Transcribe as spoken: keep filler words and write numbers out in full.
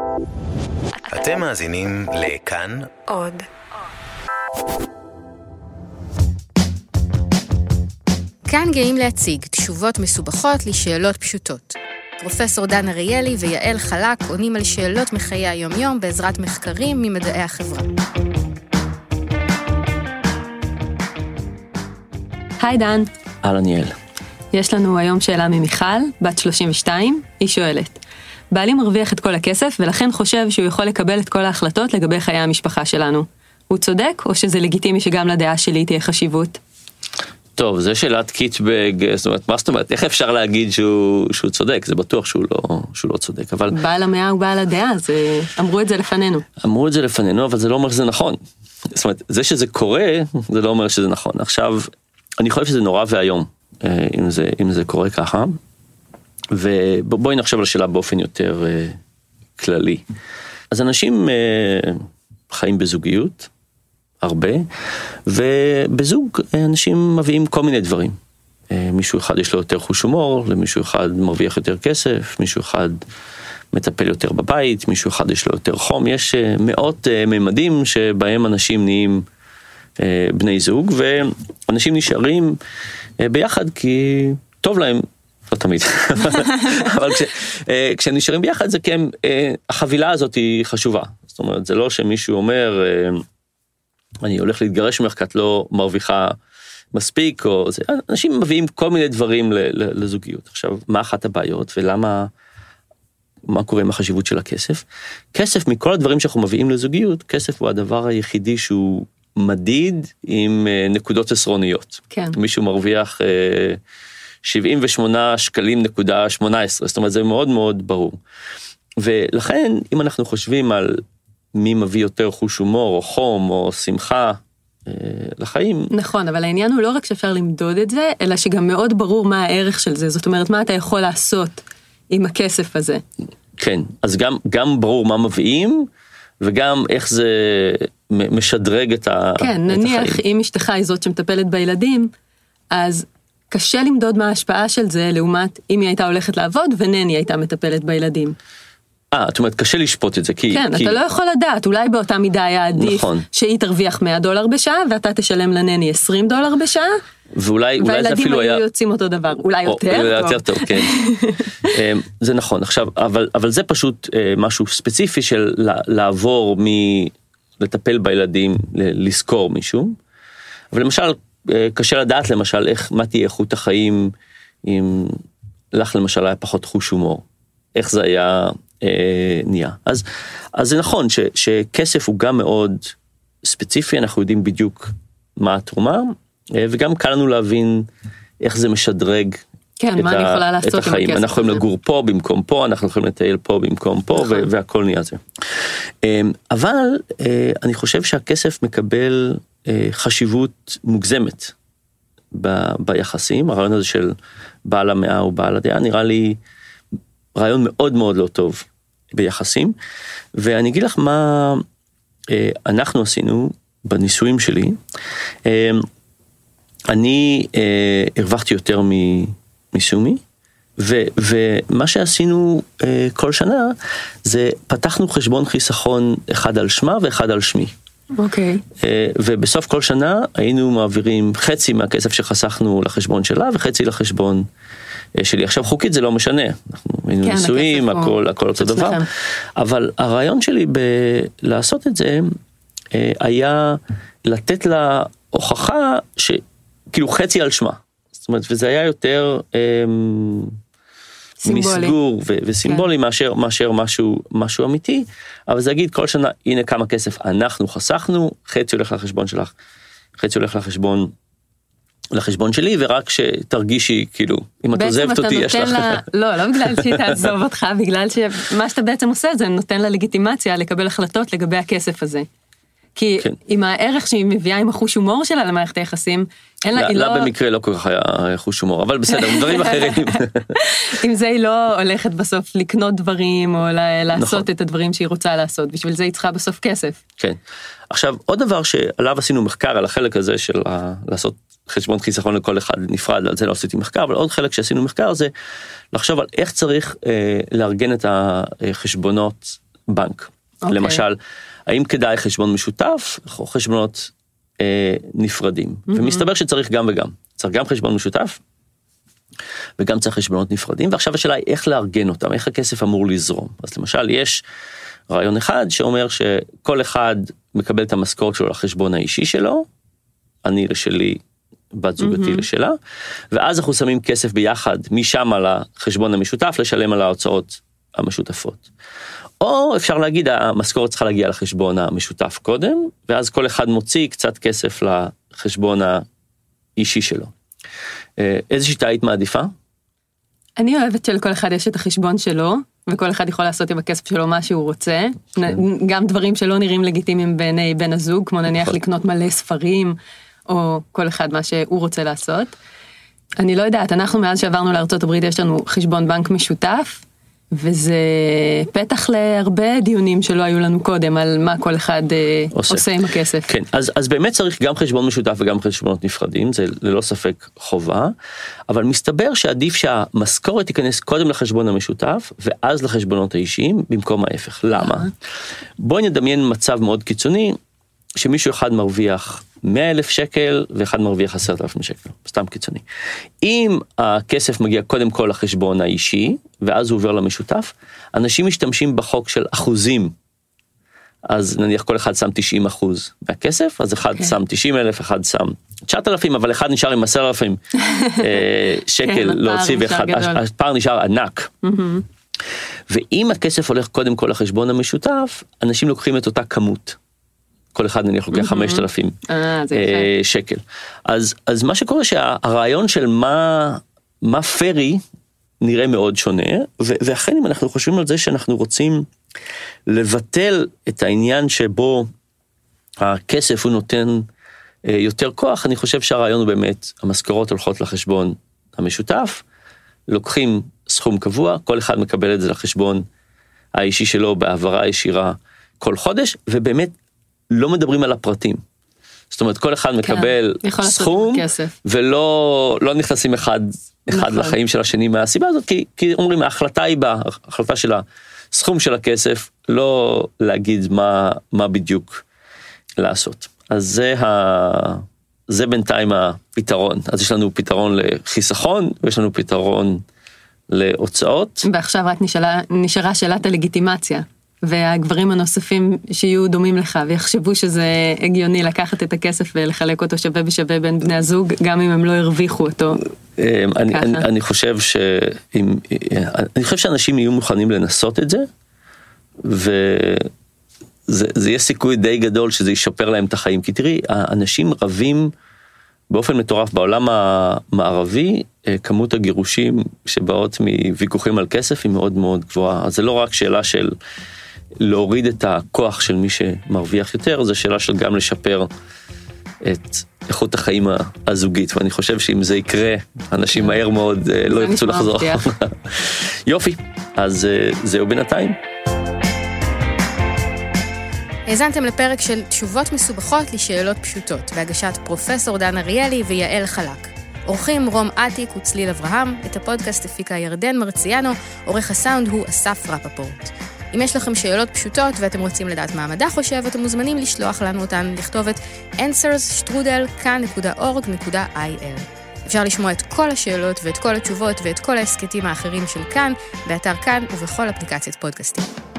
אתם מאזינים לכאן עוד. כאן גאים להציג תשובות מסובכות לשאלות פשוטות. פרופסור דן אריאלי ויעל חלק עונים על שאלות מחיי היום-יום בעזרת מחקרים ממדעי החברה. היי דן. אהלן יעל. יש לנו היום שאלה ממיכל, בת שלושים ושתיים, היא שואלת. בעלי מרוויח את כל הכסף ולכן חושב שהוא יכול לקבל את כל ההחלטות לגבי חיי המשפחה שלנו. הוא צודק או שזה לגיטימי שגם לדעה שלי תהיה חשיבות? טוב, זה שאלת קיטבג, זאת אומרת, מה זאת אומרת, איך אפשר להגיד שהוא, שהוא צודק? זה בטוח שהוא לא, שהוא לא צודק, אבל... בעל המאה הוא בעל הדעה, זה... אמרו את זה לפנינו. אמרו את זה לפנינו, אבל זה לא אומר שזה נכון. זאת אומרת, זה שזה קורה, זה לא אומר שזה נכון. עכשיו, אני חושב שזה נורא והיום, אם זה, אם זה קורה ככה, ובואי נחשב על השאלה באופן יותר כללי. אז אנשים חיים בזוגיות, הרבה, ובזוג אנשים מביאים כל מיני דברים. מישהו אחד יש לו יותר חוש הומור, למישהו אחד מרוויח יותר כסף, מישהו אחד מטפל יותר בבית, מישהו אחד יש לו יותר חום, יש מאות ממדים שבהם אנשים נהיים בני זוג, ואנשים נשארים ביחד כי טוב להם, לא תמיד, אבל כש, כשהם נשארים ביחד זה כי הם, החבילה הזאת היא חשובה. זאת אומרת, זה לא שמישהו אומר, אני הולך להתגרש ממך כי את לא מרוויחה מספיק, או זה, אנשים מביאים כל מיני דברים לזוגיות. עכשיו, מה אחת הבעיות ולמה, מה קורה עם החשיבות של הכסף? כסף, מכל הדברים שאנחנו מביאים לזוגיות, כסף הוא הדבר היחידי שהוא מדיד עם נקודות עשרוניות. כן. מישהו מרוויח שבעים ושמונה שקלים נקודה שמונה עשרה, זאת אומרת, זה מאוד מאוד ברור. ולכן, אם אנחנו חושבים על מי מביא יותר חוש הומור, או חום, או שמחה אה, לחיים. נכון, אבל העניין הוא לא רק שאפשר למדוד את זה, אלא שגם מאוד ברור מה הערך של זה. זאת אומרת, מה אתה יכול לעשות עם הכסף הזה. כן, אז גם, גם ברור מה מביאים, וגם איך זה משדרג את, ה, כן, את החיים. כן, נניח, אם אשתך היא זאת שמטפלת בילדים, אז קשה למדוד מה ההשפעה של זה, לעומת אם היא הייתה הולכת לעבוד, ונני הייתה מטפלת בילדים. אה, זאת אומרת, קשה לשפוט את זה, כי... כן, כי... אתה לא יכול לדעת, אולי באותה מידה היה עדיף, נכון. שהיא תרוויח מאה דולר בשעה, ואתה תשלם לנני עשרים דולר בשעה, ואולי, אולי זה אפילו היה... והילדים היו יוצאים אותו דבר, אולי או, יותר אולי טוב. יותר טוב, כן. זה נכון, עכשיו, אבל, אבל זה פשוט משהו ספציפי של לעבור מלטפל בילדים, לזכור מישהו, אבל למשל, קשה לדעת למשל, איך, מה תהיה איכות החיים, אם לך למשל היה פחות חוש הומור, איך זה היה... נהיה. אז, אז זה נכון ש, שכסף הוא גם מאוד ספציפי, אנחנו יודעים בדיוק מה התרומה, וגם קל לנו להבין איך זה משדרג כן, את, מה ה, אני יכולה את לעשות החיים. אנחנו יכולים לגור פה במקום פה, אנחנו יכולים לטייל פה במקום פה, נכון. והכל נהיה זה. אבל אני חושב שהכסף מקבל חשיבות מוגזמת ב, ביחסים, הרעיון הזה של בעל המאה או בעל הדעה, נראה לי רעיון מאוד מאוד לא טוב ביחסים, ואני אגיד לך מה אנחנו עשינו בניסויים שלי. אני הרווחתי יותר מסומי, ומה שעשינו כל שנה, זה פתחנו חשבון חיסכון אחד על שמה ואחד על שמי. אוקיי. ובסוף כל שנה היינו מעבירים חצי מהכסף שחסכנו לחשבון שלה, וחצי לחשבון שלי. עכשיו חוקית זה לא משנה, אנחנו היינו כן, ניסויים, הכל, הכל אותו דבר, אבל הרעיון שלי בלעשות את זה, היה לתת לה הוכחה שכאילו חצי על שמה, זאת אומרת, וזה היה יותר סימבולי. מסגור ו- וסימבולי כן. מאשר, מאשר משהו, משהו אמיתי, אבל זה להגיד כל שנה, הנה כמה כסף אנחנו חסכנו, חצי הולך לחשבון שלך, חצי הולך לחשבון לחשבון שלי, ורק שתרגישי, כאילו, אם את עוזבת אותי, יש לך... לה, לא, לא בגלל שהיא תעזוב אותך, בגלל שמה שאתה בעצם עושה, זה נותן לה לגיטימציה לקבל החלטות לגבי הכסף הזה. כי כן. עם הערך שהיא מביאה עם החוש הומור שלה למערכת היחסים, אין לה, לא, היא לא... לא... במקרה לא כל כך היה חוש הומור, אבל בסדר, דברים אחרים. עם זה היא לא הולכת בסוף לקנות דברים, או לעשות נכון. את הדברים שהיא רוצה לעשות, בשביל זה היא צריכה בסוף כסף. כן. עכשיו, עוד דבר שעליו עשינו מחקר, על החלק הזה של לעשות חשבון חיסכון לכל אחד נפרד, על זה לא עשיתי מחקר, אבל עוד חלק שעשינו מחקר זה לחשוב על איך צריך אה, לארגן את החשבונות בנק. אוקיי. למשל, האם כדאי חשבון משותף או חשבונות אה, נפרדים? Mm-hmm. ומסתבר שצריך גם וגם. צריך גם חשבון משותף, וגם צריך חשבונות נפרדים, ועכשיו השאלה היא איך לארגן אותם, איך הכסף אמור לזרום. אז למשל, יש רעיון אחד שאומר שכל אחד מקבל את המשכורת שלו לחשבון האישי שלו, אני לשלי, בת זוגתי mm-hmm. לשלה, ואז אנחנו שמים כסף ביחד, משם על החשבון המשותף, לשלם על ההוצאות המשותפות. או אפשר להגיד, המשכורת צריכה להגיע לחשבון המשותף קודם, ואז כל אחד מוציא קצת כסף לחשבון האישי שלו. איזה שיטה היית מעדיפה? אני אוהבת שלכל אחד יש את החשבון שלו, וכל אחד יכול לעשות עם הכסף שלו מה שהוא רוצה, גם דברים שלא נראים לגיטימיים בעיני בן הזוג, כמו נניח לקנות מלא ספרים, או כל אחד מה שהוא רוצה לעשות. אני לא יודעת, אנחנו מאז שעברנו לארצות הברית יש לנו חשבון בנק משותף, וזה פתח להרבה דיונים שלא היו לנו קודם, על מה כל אחד עושה, עושה עם הכסף. כן, אז, אז באמת צריך גם חשבון משותף וגם חשבונות נפרדים, זה ללא ספק חובה, אבל מסתבר שעדיף שהמשכורת תיכנס קודם לחשבון המשותף, ואז לחשבונות האישיים, במקום ההפך. למה? בואי נדמיין מצב מאוד קיצוני, שמישהו אחד מרוויח מאה אלף שקל, ואחד מרוויח עשרת אלפים שקל, סתם קיצוני. אם הכסף מגיע קודם כל לחשבון האישי, ואז הוא עובר למשותף, אנשים משתמשים בחוק של אחוזים, אז נניח כל אחד שם תשעים אחוז מהכסף, אז אחד okay. שם תשעים אלף, אחד שם תשעת אלפים, אבל אחד נשאר עם עשרת אלפים שקל להוציא, הפער נשאר ענק. Mm-hmm. ואם הכסף הולך קודם כל לחשבון המשותף, אנשים לוקחים את אותה כמות. כל אחד נניח לוקח חמשת אלפים שקל. אז, אז מה שקורה שהרעיון של מה, מה פרי נראה מאוד שונה, ואכן אם אנחנו חושבים על זה שאנחנו רוצים לבטל את העניין שבו הכסף הוא נותן יותר כוח, אני חושב שהרעיון הוא באמת, המשכורות הולכות לחשבון המשותף, לוקחים סכום קבוע, כל אחד מקבל את זה לחשבון האישי שלו בהעברה ישירה כל חודש, ובאמת לא מדברים על הפרטים. זאת אומרת, כל אחד מקבל כן, סכום, ולא לא נכנסים אחד, אחד לחיים של השני מהסיבה הזאת, כי, כי אומרים, ההחלטה היא בה, ההחלטה של הסכום של הכסף, לא להגיד מה, מה בדיוק לעשות. אז זה, ה, זה בינתיים הפתרון. אז יש לנו פתרון לחיסכון, ויש לנו פתרון להוצאות. ועכשיו רק נשאלה, נשארה שאלת הלגיטימציה. והגברים הנוספים שיהיו דומים לך, ויחשבו שזה הגיוני לקחת את הכסף ולחלק אותו שווה בשווה בין בני הזוג, גם אם הם לא הרוויחו אותו. אני, אני, אני חושב ש... אני חושב שאנשים יהיו מוכנים לנסות את זה, וזה יהיה סיכוי די גדול שזה ישפר להם את החיים, כי תראי, האנשים רבים באופן מטורף בעולם המערבי, כמות הגירושים שבאות מוויכוחים על כסף היא מאוד מאוד גבוהה, אז זה לא רק שאלה של להוריד את הכוח של מי שמרוויח יותר, זה שאלה של גם לשפר את איכות החיים הזוגית, ואני חושב שאם זה יקרה, אנשים מהר מאוד לא ירצו לחזור. יופי, אז זהו בינתיים. האזנתם לפרק של תשובות מסובכות לשאלות פשוטות, בהגשת פרופסור דן אריאלי ויעל חלק. עורכים רום עתיק וצליל אברהם, את הפודקאסט הפיקה ירדן מרציאנו, עורך הסאונד הוא אסף רפפורט. אם יש לכם שאלות פשוטות ואתם רוצים לדעת מה המדע חושב, אתם מוזמנים לשלוח לנו אותן, לכתוב את answers strudel כאן נקודה אורג נקודה איי אל. אפשר לשמוע את כל השאלות ואת כל התשובות ואת כל ההסקטים האחרים של כאן, באתר כאן ובכל אפליקציית פודקאסטים.